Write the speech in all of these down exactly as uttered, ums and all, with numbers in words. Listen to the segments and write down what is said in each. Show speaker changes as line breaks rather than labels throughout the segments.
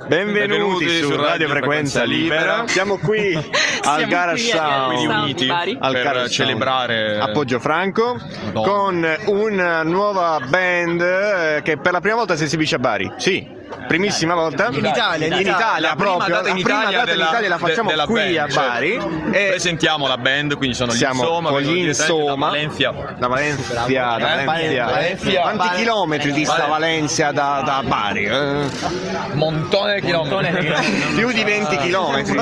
Benvenuti, Benvenuti su Radio, Radio Frequenza Libera. Libera. Siamo qui al Garage Sound,
riuniti
al
per
Garage
celebrare
Sound, a Poggio no. con una nuova band che per la prima volta si esibisce a Bari. Sì. Primissima volta
in Italia, in,
in
Italia,
Italia
la
proprio
prima data in Italia,
prima data
della,
in Italia la facciamo
de,
qui
band,
a Bari,
cioè, e presentiamo la band, quindi sono gli
siamo
Insoma,
con gli Insoma
da Valencia,
da Valencia, da Valencia. Valencia. Valencia. Quanti Valencia. chilometri dista Valencia da, da Bari? Eh?
Montone di chilometri,
più di venti chilometri,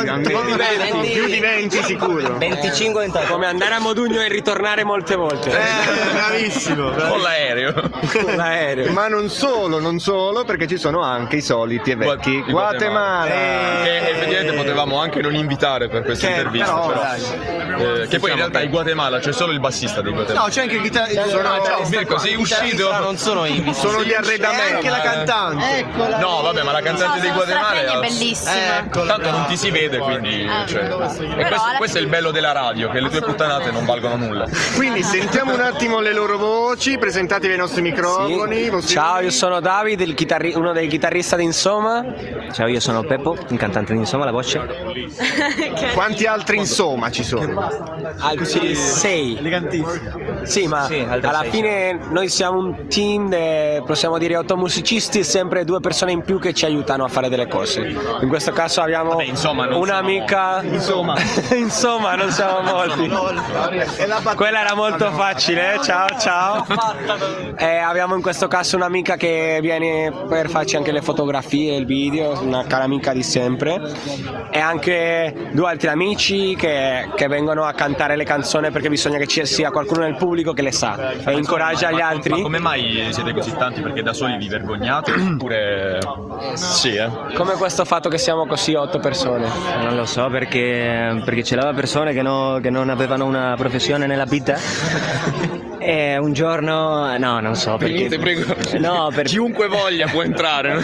più di venti sicuro,
venticinque in
come andare a Modugno e ritornare molte volte.
Eh, bravissimo,
con l'aereo.
Con l'aereo.
Ma non solo, non solo, perché ci sono anche i soliti e vecchi Guatemala,
eh, che effettivamente potevamo anche non invitare per questa
che,
intervista,
però,
però.
Dai.
Eh, che poi in realtà in Guatemala c'è solo il bassista di Guatemala.
No, c'è anche il chitarrista.
Sono,
no,
ciao, Mirko, sei uscito?
Non sono io.
Sono gli arredamenti.
Anche la cantante.
Eccola.
No, vabbè, ma la cantante di Guatemala
è bellissima.
Eh, tanto non ti si vede, quindi
eh,
cioè, e questo, questo è il bello della radio, che le tue puttanate non valgono nulla.
Quindi sentiamo un attimo le loro voci, presentatevi ai nostri microfoni.
Sì. Ciao, io sono David, il chitarri- uno dei chitarristi di Insoma.
Ciao, io sono Peppo, un cantante di Insoma, la voce.
Quanti altri Insoma ci sono?
Altri sei. Sì, ma sì, alla sei. Fine noi siamo un team, de, possiamo dire otto musicisti e sempre due persone in più che ci aiutano a fare delle cose. In questo caso abbiamo
Vabbè, insomma,
un'amica.
Insomma,
insomma, non siamo molti. Quella era molto facile, eh? Ciao, ciao. E abbiamo in questo caso un'amica che viene per farci anche le fotografie e il video, una cara amica di sempre, e anche due altri amici che, che vengono a cantare le canzoni perché bisogna che ci sia qualcuno nel pubblico che le sa e incoraggia gli altri.
Ma come mai siete così tanti? Perché da soli vi vergognate oppure sì, eh?
Come questo fatto che siamo così otto persone?
Non lo so, perché perché c'erano persone che, no, che non avevano una professione nella vita. E un giorno, no, non so perché.
Te prego.
No, per
chiunque voglia può entrare.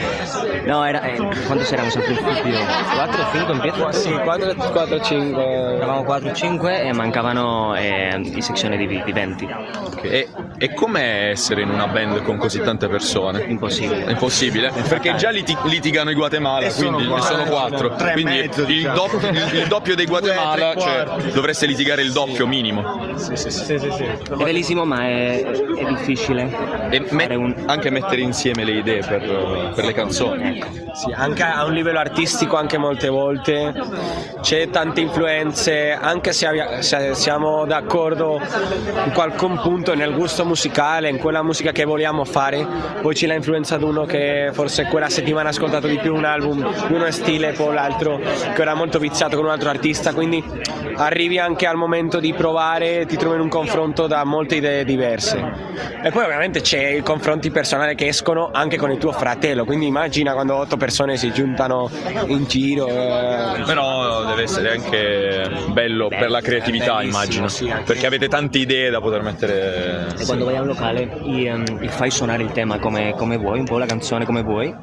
No, era eh, quando c'eravamo al principio? quattro cinque in pietro?
Sì, quattro cinque.
Eravamo quattro cinque e mancavano eh, i sezioni di, di venti.
Okay. E, e com'è essere in una band con così tante persone?
Impossibile.
Impossibile? Perché già liti- litigano i Guatemala,
e
quindi
sono,
sono quattro. Quindi
mezzo,
il,
diciamo.
doppio, il, il doppio dei Guatemala, cioè dovreste litigare il doppio minimo.
Sì, sì, sì, sì, sì.
È bellissimo, ma è, è difficile.
E met-
un...
anche mettere insieme le idee per, per le canzoni.
Ecco.
Sì, anche a un livello artistico, anche molte volte c'è tante influenze, anche se, avia- se siamo d'accordo in qualche punto nel gusto musicale, in quella musica che vogliamo fare, poi ci l'ha influenzato uno che forse quella settimana ha ascoltato di più un album di uno stile, poi l'altro che era molto viziato con un altro artista, quindi arrivi anche al momento di provare, ti trovi in un confronto da molte idee diverse. E poi ovviamente c'è i confronti personali che escono anche con il tuo fratello, quindi immagina quando otto persone si giuntano in giro. Eh.
Però deve essere anche bello per la creatività, immagino,
sì,
perché avete tante idee da poter mettere.
E quando vai a un locale e, um, e fai suonare il tema come, come vuoi, un po' la canzone come vuoi,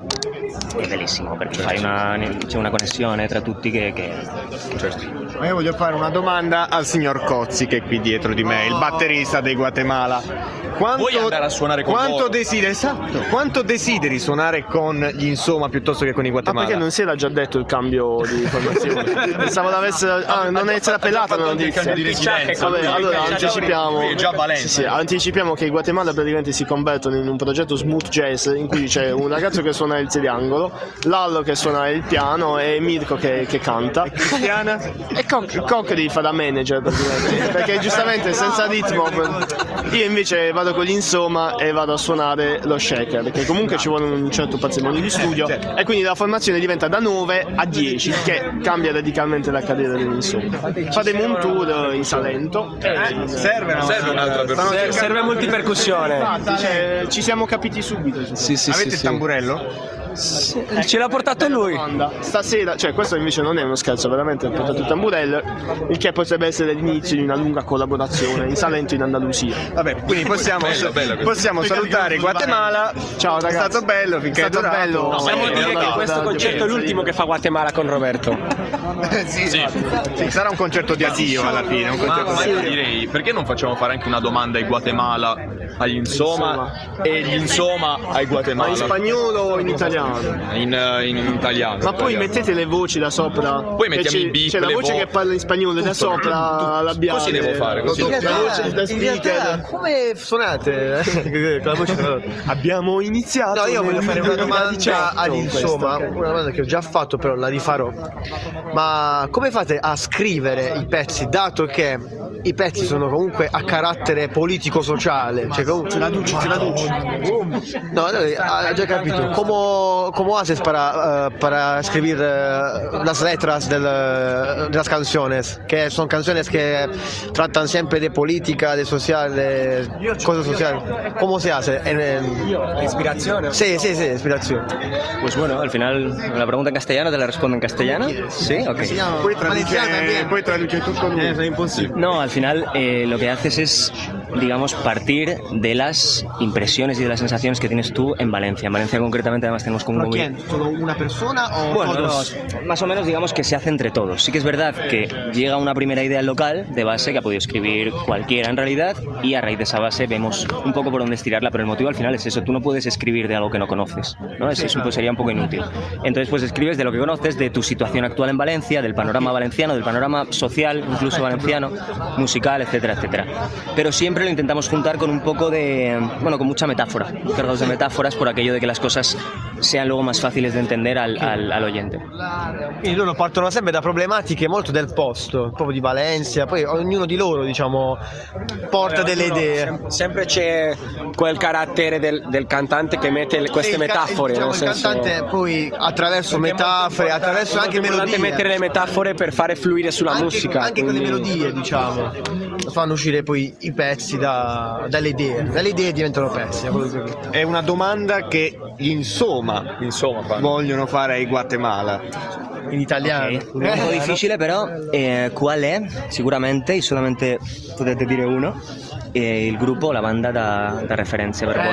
è bellissimo perché fai una, c'è una connessione tra tutti che, che...
Certo.
Ma io voglio fare una domanda al signor Cozzi che è qui dietro di me, il batterista dei Guatemala. Quanto,
Vuoi andare a suonare con
quanto
loro?
desideri, esatto, quanto desideri suonare con gli Insoma piuttosto che con i
Ma
Guatemala?
perché non si era già detto il cambio di formazione? Pensavo l'avesse. Ah, non è stata appellata la notizia. Vabbè, allora anticipiamo.
È già Valencia.
Sì, sì, anticipiamo che i Guatemala praticamente si convertono in un progetto smooth jazz in cui c'è un ragazzo che suona il triangolo, Lallo che suona il piano e Mirko che, che canta.
Cristiana?
E Coc, Coc devi fare da manager praticamente, perché giustamente senza ritmo. Io invece vado con gli Insoma e vado a suonare lo shaker, perché comunque ci vuole un certo patrimonio di studio e quindi la formazione diventa da nove a dieci, che cambia radicalmente la carriera degli Insoma. Faremo un tour in Salento.
Eh, serve, no?
Serve un'altra persona.
Serve, serve multipercussione.
Infatti, cioè, ci siamo capiti subito.
Sì, sì,
Avete
sì,
il
sì.
tamburello?
Sì, ce l'ha portato lui.
Stasera, cioè questo invece non è uno scherzo, veramente ho portato il tamburello, il che potrebbe essere l'inizio di una lunga collaborazione in Salento e in Andalusia.
Vabbè, quindi possiamo,
Bello, bello,
possiamo salutare Guatemala.
Ciao ragazzi,
è stato bello finché
è stato
è durato.
bello.
No,
Possiamo
eh,
dire
eh,
che
eh,
questo
eh,
concerto è l'ultimo che fa Guatemala con Roberto.
sì,
Sì.
sì, sarà un concerto di addio alla fine, un
Ma,
concerto
ma
di
io
addio.
direi, perché non facciamo fare anche una domanda ai Guatemala, agli Insoma e gli Insoma ai
Ma
Guatemala?
in spagnolo o in italiano? italiano.
In, in, in italiano.
Ma poi
italiano.
mettete le voci da sopra.
Poi mettiamo
c'è,
i beep,
c'è la
le
voce
vo-
che parla in spagnolo da
tutto,
sopra
tutto.
labiale.
Così devo fare, così
La
devo
voce-
fare.
la voce da
In realtà,
speaker.
come suonate? Con la voce-
Abbiamo iniziato.
No, io voglio
nel
fare una domanda
duemiladiciotto
ad
con
insomma,
questa.
una domanda che ho già fatto, però la rifarò. Ma come fate a scrivere i pezzi, dato che i pezzi sono comunque a carattere politico-sociale? Cioè, comunque...
Traduci, traduci.
No, no, ha già capito. ¿Cómo, cómo haces para, uh, para escribir uh, las letras del, de las canciones? Que son canciones que tratan siempre de política, de social, de cosas sociales. ¿Cómo se hace? En, en...
La inspiración.
Sí, sí, sí, inspiración.
Pues bueno, al final la pregunta en castellano te la respondo en castellano. Sí, ok.
Poi traduce, poi traduce tutto lui.
Es imposible.
No, al final eh, lo que haces es, digamos, partir de las impresiones y de las sensaciones que tienes tú en Valencia. En Valencia concretamente además tenemos como un
¿Pero
muy...
quién? ¿Solo una persona o
Bueno,
todos?
no, más o menos digamos que se hace entre todos. Sí que es verdad que llega una primera idea local de base que ha podido escribir cualquiera en realidad y a raíz de esa base vemos un poco por dónde estirarla, pero el motivo al final es eso, tú no puedes escribir de algo que no conoces, ¿no? Es, eso pues sería un poco inútil. Entonces pues escribes de lo que conoces, de tu situación actual en Valencia, del panorama valenciano, del panorama social, incluso valenciano, musical, etcétera, etcétera. Pero siempre lo intentamos juntar con un poco de, bueno, con mucha metáfora, cargados de metáforas por aquello de que las cosas sean luego más fáciles de entender al, al, al oyente.
Quindi loro partono sempre da problematiche molto del posto, proprio di Valencia, poi ognuno di loro, diciamo, porta delle idee.
Sempre c'è quel carattere del, del cantante che mette le- queste
Sì, il ca-
metafore.
diciamo,
nel
il
senso-
cantante poi attraverso metafore, attraverso
È
anche
molto importante
melodie.
mettere le metafore per fare fluire sulla
anche,
musica.
anche con le
quindi-
melodie, diciamo, fanno uscire poi i pezzi da- dalle idee. Dalle idee diventano pezzi. è quello che-
È una domanda che gli insomma,
Insomma, fa-
vogliono fare ai Guatemala.
In italiano.
Ok, un po' difficile però, eh, qual è sicuramente, e solamente potete dire uno, eh, il gruppo, la banda da, da referenza per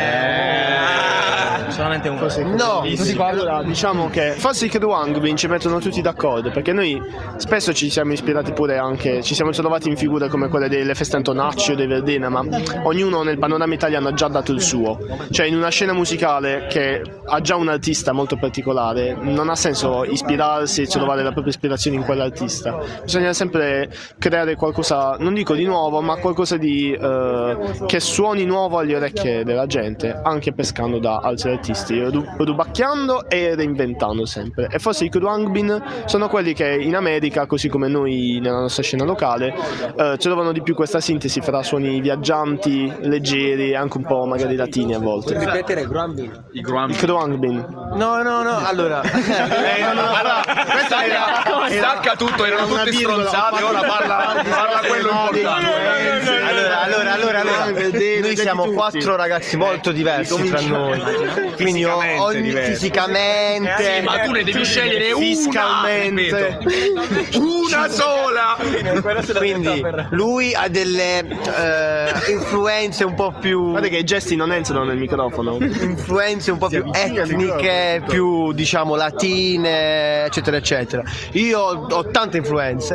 voi. Solamente un
No,
Allora, diciamo che Falsic e Duangbin ci mettono tutti d'accordo, perché noi spesso ci siamo ispirati pure anche, ci siamo trovati in figure come quelle delle Feste Antonacci o dei Verdena, ma ognuno nel panorama italiano ha già dato il suo. Cioè in una scena musicale che ha già un artista molto particolare, non ha senso ispirarsi e trovare la propria ispirazione in quell'artista. Bisogna sempre creare qualcosa, non dico di nuovo, ma qualcosa di eh, che suoni nuovo alle orecchie della gente, anche pescando da altri artisti, ru- rubacchiando e reinventando sempre. E forse i Kruangbin sono quelli che in America, così come noi nella nostra scena locale, eh, trovano di più questa sintesi fra suoni viaggianti, leggeri e anche un po' magari latini a volte.
Ripetere Grumbin.
I
I
Grumpy.
Kruangbin.
no, no, no, allora.
Eh, no, no, allora, questa era,
Stacca tutto, erano
una
tutte
virgola,
stronzate, ora parla, parla quello importante.
Allora, allora, allora, allora. Noi siamo quattro ragazzi molto diversi tra noi. Quindi o-
Fisicamente
ogni
diversi.
fisicamente,
Sì, ma tu ne devi scegliere una,
Fiscalmente.
ripeto. Una sola.
quindi lui ha delle eh, influenze un po' più
Guarda che i gesti non entrano nel microfono.
influenze un po' più etniche, più diciamo latine, eccetera, eccetera. Io ho, ho tante influenze.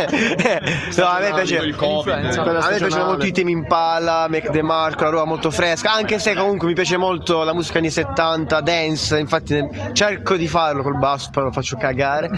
No, a me piace,
Il Covid.
a me piacciono molto i Temi Impala, Mac DeMarco, la roba molto fresca, anche se comunque mi piace molto la musica anni settanta, dance, infatti ne- cerco di farlo col basso, però lo faccio cagare.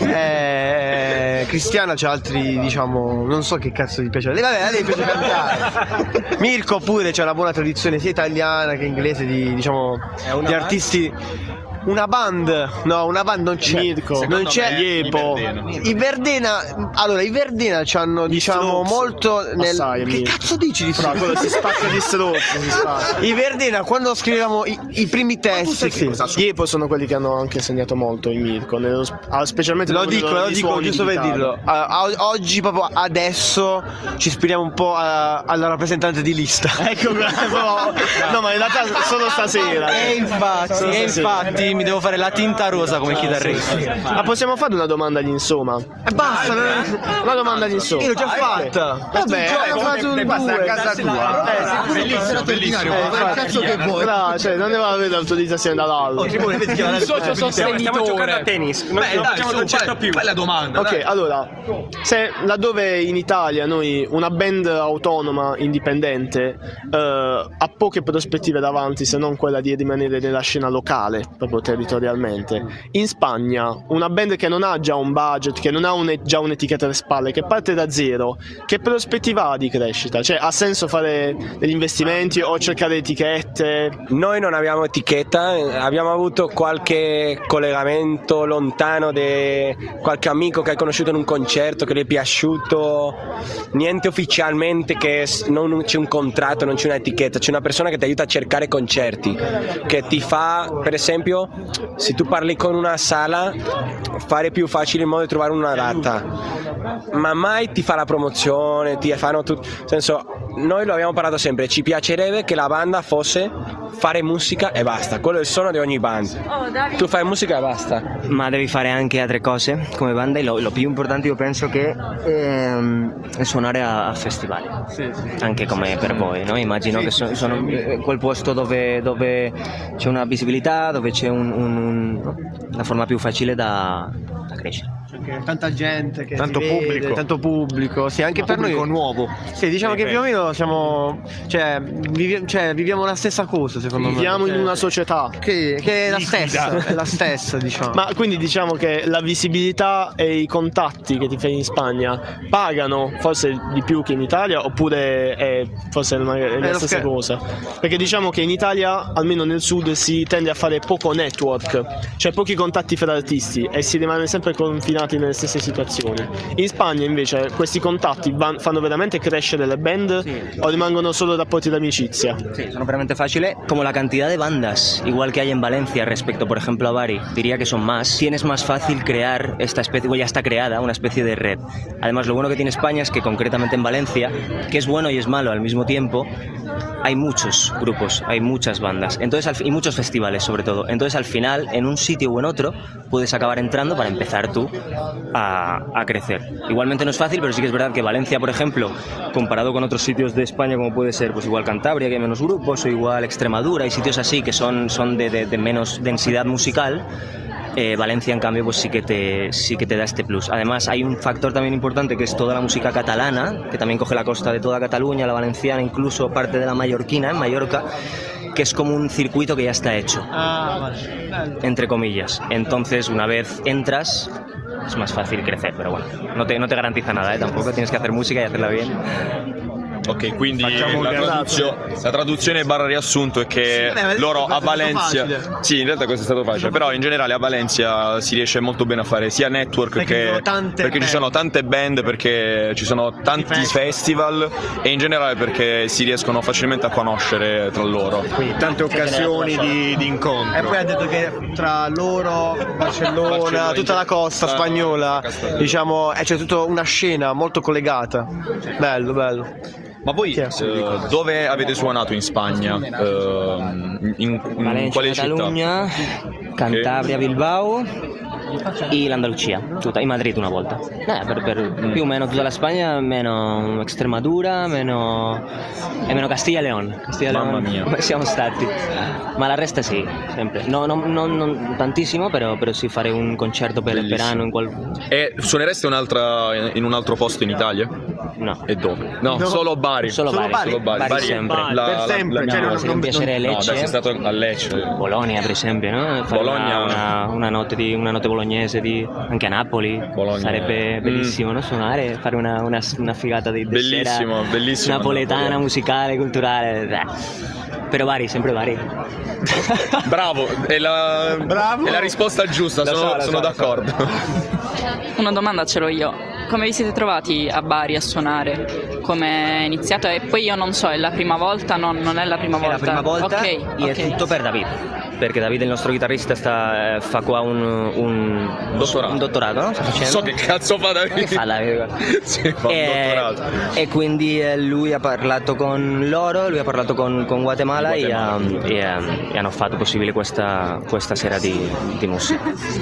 Eh, Cristiana c'ha altri, diciamo, non so che cazzo gli piace. Lei, vabbè, a lei piace cantare. Mirko pure c'ha una buona tradizione sia italiana che inglese di, diciamo, di artisti. Una band, no, una band non c'è.
Mirko.
non
Secondo
c'è.
me,
Yepo.
i Verdena.
I Verdena, allora i Verdena c'hanno diciamo
Strokes.
molto nel
Assai,
che
Mirko.
cazzo dici di
Però
Strokes?
quello si spacca di Strokes, si spacca.
I Verdena quando scrivevamo i, i primi testi, sì.
Yepo sono quelli che hanno anche segnato molto in Mirko, nello, ah, specialmente
Lo
proprio
dico,
nei
lo dico
suoni
giusto
di
per
chitarra.
dirlo. A- a- oggi, proprio adesso, ci ispiriamo un po' a- alla rappresentante di lista.
Ecco, bravo. No, ma in realtà solo stasera.
E infatti, e infatti mi devo fare la tinta rosa come chitarrista.
Ma possiamo fare una domanda agli insomma?
E basta,
Una domanda agli insomma.
io l'ho già fatta.
Vabbè, ho fatto un
Basta a
due.
casa tua.
Bellissimo, bellissimo.
Cazzo che vuoi? No, cioè non devo avere l'autorizzazione dall'altro.
Socio
Stiamo giocando a
sostenitore.
tennis.
Non
Beh, dai,
facciamo
su,
concetto
fai-
più.
fai la domanda.
Ok,
dai.
allora, se laddove in Italia noi, una band autonoma, indipendente, eh, ha poche prospettive davanti se non quella di rimanere nella scena locale, proprio territorialmente. In Spagna, una band che non ha già un budget, che non ha un, già un'etichetta alle spalle, che parte da zero, che prospettiva ha di crescita? Cioè, ha senso fare degli investimenti o cercare etichette?
Noi non abbiamo etichetta, abbiamo avuto qualche collegamento lontano di qualche amico che hai conosciuto in un concerto, che gli è piaciuto, niente ufficialmente, che non c'è un contratto, non c'è un'etichetta, c'è una persona che ti aiuta a cercare concerti, che ti fa, per esempio, se tu parli con una sala, fare più facile il modo di trovare una data, ma mai ti fa la promozione, ti fanno tutto, nel senso, noi lo abbiamo parlato sempre, ci piacerebbe che la banda fosse fare musica e basta, quello è il suono di ogni band, tu fai musica e basta.
Ma devi fare anche altre cose come banda, e lo, lo più importante io penso che ehm, è suonare a, a festivali, sì, sì. Anche come per voi, no? Immagino sì, che so, sono eh, quel posto dove, dove c'è una visibilità, dove c'è un, un, un, una forma più facile da, da crescere.
Tanta gente che
tanto
si vede,
pubblico,
tanto pubblico, sì, anche per
pubblico
noi
nuovo.
Sì, diciamo che più o meno siamo, cioè, vivi, cioè viviamo la stessa cosa, secondo
viviamo
me.
Viviamo in una società
che, che è la stessa, è la stessa, diciamo.
Ma quindi diciamo che la visibilità e i contatti che ti fai in Spagna pagano forse di più che in Italia, oppure è forse una, è la
è
stessa
scher-
cosa? Perché diciamo che in Italia, almeno nel sud, si tende a fare poco network, cioè pochi contatti fra artisti, e si rimane sempre confinati nelle stesse situazioni. In Spagna invece questi contatti van, fanno veramente crescere le band, sí, o rimangono solo rapporti d'amicizia?
Sí, son realmente fáciles, como la cantidad de bandas, igual que hay en Valencia respecto, por ejemplo, a Bari, diría que son más. Tienes más fácil crear esta especie, o ya está creada, una especie de red. Además, lo bueno que tiene España es que concretamente en Valencia, que es bueno y es malo al mismo tiempo, hay muchos grupos, hay muchas bandas, entonces al, y muchos festivales sobre todo. Entonces al final, en un sitio o en otro, puedes acabar entrando para empezar tú a, a crecer. Igualmente no es fácil, pero sí que es verdad que Valencia, por ejemplo, comparado con otros sitios de España, como puede ser pues igual Cantabria, que hay menos grupos, o igual Extremadura, y sitios así que son, son de, de, de menos densidad musical, Eh, Valencia en cambio pues sí que te sí que te da este plus. Además hay un factor también importante, que es toda la música catalana, que también coge la costa de toda Cataluña, la valenciana, incluso parte de la mallorquina en Mallorca, que es como un circuito que ya está hecho, entre comillas. Entonces una vez entras es más fácil crecer, pero bueno, no te, no te garantiza nada, ¿eh? Tampoco tienes que hacer música y hacerla bien.
Ok, quindi la, traduzio, la traduzione barra riassunto è che sì, beh, loro a Valencia, sì, in realtà questo è stato facile, però in generale a Valencia si riesce molto bene a fare sia network perché, che perché band. Ci sono tante band, perché ci sono tanti festival, e in generale perché si riescono facilmente a conoscere tra loro.
Quindi tante occasioni di, di incontro.
E poi ha detto che tra loro, Barcellona, Barcellona tutta la costa spagnola, diciamo, c'è tutta una scena molto collegata. Bello, bello.
Ma voi eh, dove avete suonato in Spagna? Eh, in, in
Valencia,
quale
Cataluña,
città?
Cantabria,
che...
Bilbao y l'Andalucía, tutta, y Madrid una volta. Eh, per, per mm. più o meno tutta la Spagna, meno Extremadura, meno e meno Castilla e León. Castilla
Mamma
León,
mia.
Siamo stati. Ma la resta sì, sempre. No, no, no, non tantissimo, però, però sì, fare un concerto per, per anno in qual...
E suonereste un'altra in un altro posto in Italia?
No.
E dove? No,
no.
solo Bari.
Solo,
solo
Bari.
Bari. Solo Bari.
Bari,
Bari
sempre.
La,
per
la,
sempre.
La,
Cioè,
la,
no, non piacere Lecce.
No, dai, sei stato a Lecce.
Bologna, per esempio, no? Fare
Bologna.
Una, una, notte di, una notte bolognese di, anche a Napoli.
Bologna.
Sarebbe bellissimo, mm. no? Suonare, fare una, una, una figata di, di
bellissimo,
sera
bellissimo
napoletana, musicale, culturale. Beh. Però Bari, sempre Bari.
Bravo, è la,
Bravo.
È la risposta giusta, sono,
so,
sono
so,
d'accordo.
Una domanda ce l'ho io. Come vi siete trovati a Bari a suonare? Come è iniziato? E poi io non so, è la prima volta? Non, non è la prima volta?
È la prima volta,
okay,
e
okay.
è tutto per David. Perché David, il nostro chitarrista, sta, fa qua un, un
dottorato,
un dottorato, no? Sta facendo?
So che cazzo fa David.
Fa David.
Sì, fa un
e,
dottorato.
E quindi lui ha parlato con loro, lui ha parlato con, con Guatemala,
Guatemala.
E, e, e hanno fatto possibile questa, questa sera di, di musica.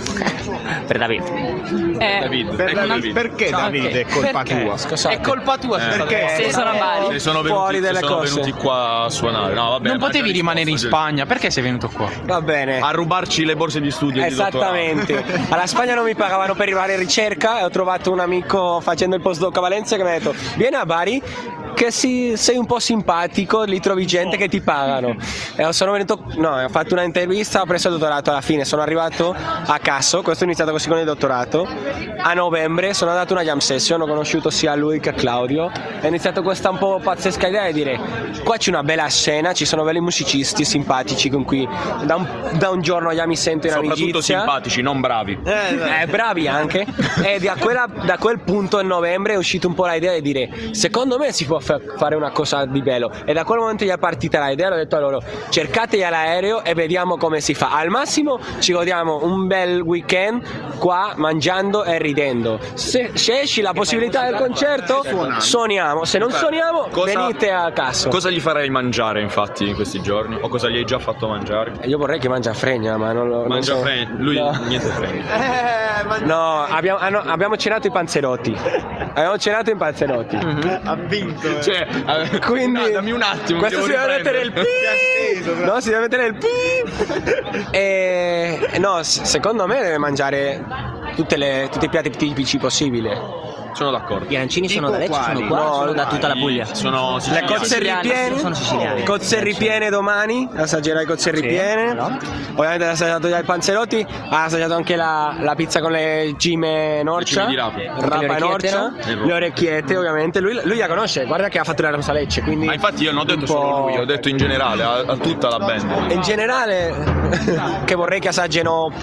Per David.
Eh,
David.
Per
Ecco
David.
David.
Perché
Ciao,
David
okay.
è colpa
Perché?
tua?
Scusate.
È colpa tua,
Eh,
perché
Se sono a Bari.
Se sono
Fuori
venuti,
dalle
se sono
cose.
venuti qua a suonare. No, vabbè,
non
ma
potevi
già
rimanere in
risposto,
Spagna, perché sei venuto qua?
Va bene.
A rubarci le borse di studio.
Esattamente.
Di dottorato.
Alla Spagna non mi pagavano per arrivare in ricerca e ho trovato un amico facendo il postdoc a Valencia che mi ha detto: vieni a Bari che si, sei un po' simpatico, lì trovi gente che ti pagano. E sono venuto, no, ho fatto una intervista, ho preso il dottorato alla fine, sono arrivato a caso, questo è iniziato così con il dottorato. A novembre sono andato a una jam session, ho conosciuto sia lui che Claudio, è iniziato questa un po' pazzesca idea di dire qua c'è una bella scena, ci sono belli musicisti simpatici con cui da un, da un giorno già mi sento in amicizia.
Soprattutto simpatici, non bravi.
Eh, bravi anche. E da, quella, da quel punto in novembre è uscita un po' l'idea di dire secondo me si può fa- fare una cosa di bello, e da quel momento già è partita l'idea, ho detto a loro cercate l'aereo e vediamo come si fa, al massimo ci godiamo un bel weekend qua mangiando e ridendo, se, se esci la possibilità del concerto suoniamo, se non suoniamo cosa, venite a caso.
Cosa gli farei mangiare infatti in questi giorni, o cosa gli hai già fatto mangiare?
Io vorrei che mangia fregna, ma non lo
mangia
non so.
fregna, lui no. Niente fregna.
No, abbiamo, ah, no, abbiamo cenato i panzerotti. Abbiamo cenato i panzerotti.
Mm-hmm. Ha vinto. Eh.
Cioè, eh,
quindi
no, dammi un attimo.
Questo si deve mettere il pi. No, si deve mettere il pi. E no, secondo me deve mangiare tutte le, tutti i piatti tipici possibili.
Sono d'accordo.
Gli arancini sono da Lecce, sono qua,
no,
sono da tutta la Puglia.
Sono
le cozze ripiene,
sono siciliani.
Cozze ripiene domani, assaggerai cozze ripiene. Sì, no? Ovviamente ha assaggiato già i panzerotti, ha assaggiato anche la, la pizza con le gime norcia,
di rapa,
rapa e norcia,
no?
le orecchiette ovviamente. Lui, lui la conosce, guarda che ha fatto la Rosa Lecce, quindi.
Ma infatti io non ho detto solo lui, ho detto in generale, a, a tutta la band.
In generale che vorrei che assaggiano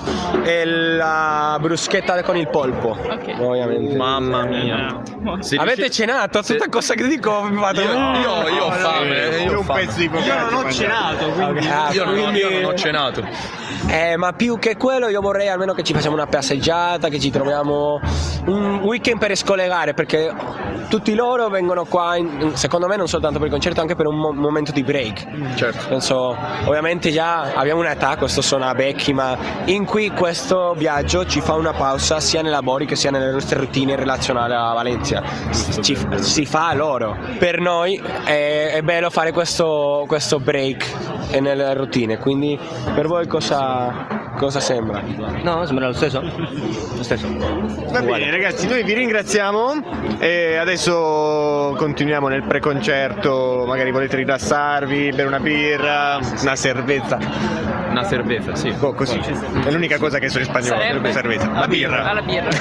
la bruschetta con il polpo.
Okay.
Ovviamente.
Mamma mia.
Se avete riesce... cenato? Tutta se... cosa che dico vado...
io, io, io ho fame,
no, no,
io ho
un
fame.
pezzo di io non ho cenato, quindi
ah,
io,
quindi...
non, io non ho cenato.
Eh, ma più che quello io vorrei almeno che ci facciamo una passeggiata, che ci troviamo un weekend per scollegare, perché tutti loro vengono qua in, secondo me non soltanto per il concerto, anche per un mo- momento di break.
Certo.
Penso, ovviamente già abbiamo un'età, questo suona vecchi, ma in cui questo viaggio ci fa una pausa sia nei lavori che sia nelle nostre routine relazionali a Valencia. Ci, si fa a loro. Per noi è, è bello fare questo, questo break nelle routine, quindi per voi cosa, cosa sembra?
No, sembra lo stesso. Lo stesso.
Va bene ragazzi, noi vi ringraziamo e adesso continuiamo nel preconcerto, magari volete rilassarvi, bere una birra, una cerveza.
Una cerveza, sì.
Oh, così. È l'unica cosa che so in spagnolo,
sarebbe
cerveza. La birra.
La birra.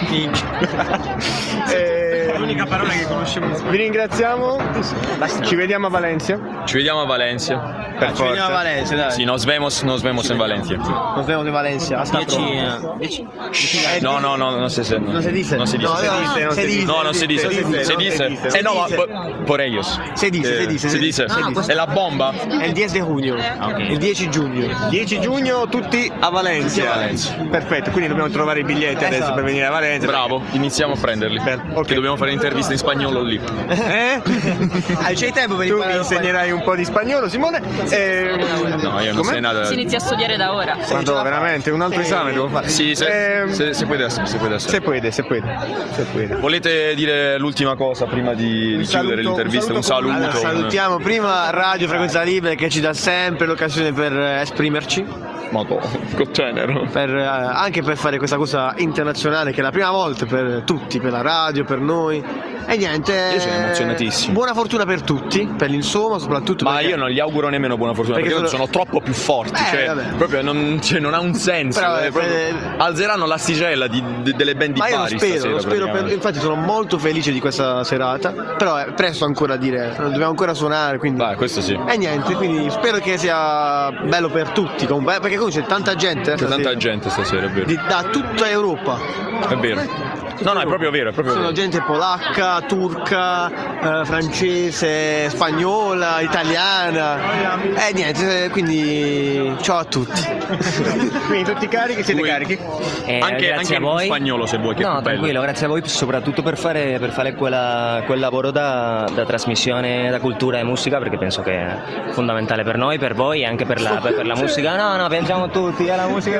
eh,
l'unica parola che conosciamo in
vi ringraziamo. Ci vediamo a Valencia.
Ci vediamo a Valencia.
Per
Ci vediamo a Valencia, dai.
Sì, nos vemos, nos vemos en Valencia.
Nos vemos in Valencia. Hasta pronto.
No, no, no, no se, no,
no se dice.
No se dice.
No, no, no,
no, se dice. No, no se dice. Se dice. Eh no, por, por ellos.
Se dice,
eh,
se dice.
Se dice.
Ah,
è la bomba.
È il dieci giugno.
Okay.
Il dieci giugno.
dieci giugno tutti a Valencia.
A Valencia.
Perfetto, quindi dobbiamo trovare i biglietti adesso
esatto.
per venire a Valencia.
Bravo, iniziamo a prenderli.
Per, okay.
Che dobbiamo fare interviste in spagnolo lì.
Eh?
Ah, c'hai tempo per
tu
imparare
mi insegnerai un po' di spagnolo, Simone. E...
No, io non
Com'è?
sei nada.
Si inizia a studiare da ora.
Quando veramente un altro esame devo fare.
Sì, se,
eh,
se, se puede essere, se puede essere.
Se puede, se puede. Se puede.
Volete dire l'ultima cosa prima di, di chiudere l'intervista? Un saluto.
Allora,
un...
salutiamo prima Radio Frequenza Libera che ci dà sempre l'occasione per esprimerci.
Madonna, con tenero.
Per, eh, anche per fare questa cosa internazionale che è la prima volta per tutti, per la radio, per noi. E niente.
Io sono emozionatissimo.
Buona fortuna per tutti, per l'insomma, soprattutto.
Ma
perché...
io non gli auguro nemmeno buona fortuna perché, perché sono... sono troppo più forti.
Eh,
cioè,
vabbè.
proprio non, cioè, non ha un senso.
Però,
eh, proprio...
eh,
alzeranno l'asticella di, de, delle band di
Ma io lo
Bari
spero,
stasera,
lo spero per... infatti sono molto felice di questa serata. Però è presto ancora a dire, dobbiamo ancora suonare. Quindi...
Beh, questo sì.
E niente, quindi spero che sia bello per tutti. Perché comunque c'è tanta gente.
C'è tanta gente stasera, è vero.
Di, da tutta Europa.
È vero. No, no, è proprio vero, è proprio
Sono
vero.
gente polacca, turca, eh, francese, spagnola, italiana. E eh, niente, quindi ciao a tutti.
Quindi tutti carichi, siete
Lui...
carichi?
Eh,
anche
grazie
anche
a voi.
in spagnolo se vuoi, che
no,
è più bello.
tranquillo, grazie a voi soprattutto per fare, per fare quella, quel lavoro da, da trasmissione da cultura e musica, perché penso che è fondamentale per noi, per voi e anche per la, per, per la musica. No, no, pensiamo tutti alla musica.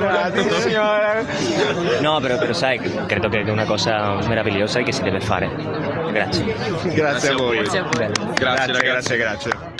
No, però, però sai, credo che è una cosa meravigliosa e che si deve fare. Grazie.
Grazie a voi.
Grazie a voi.
Grazie,
Grazie,
ragazzi.
grazie, grazie.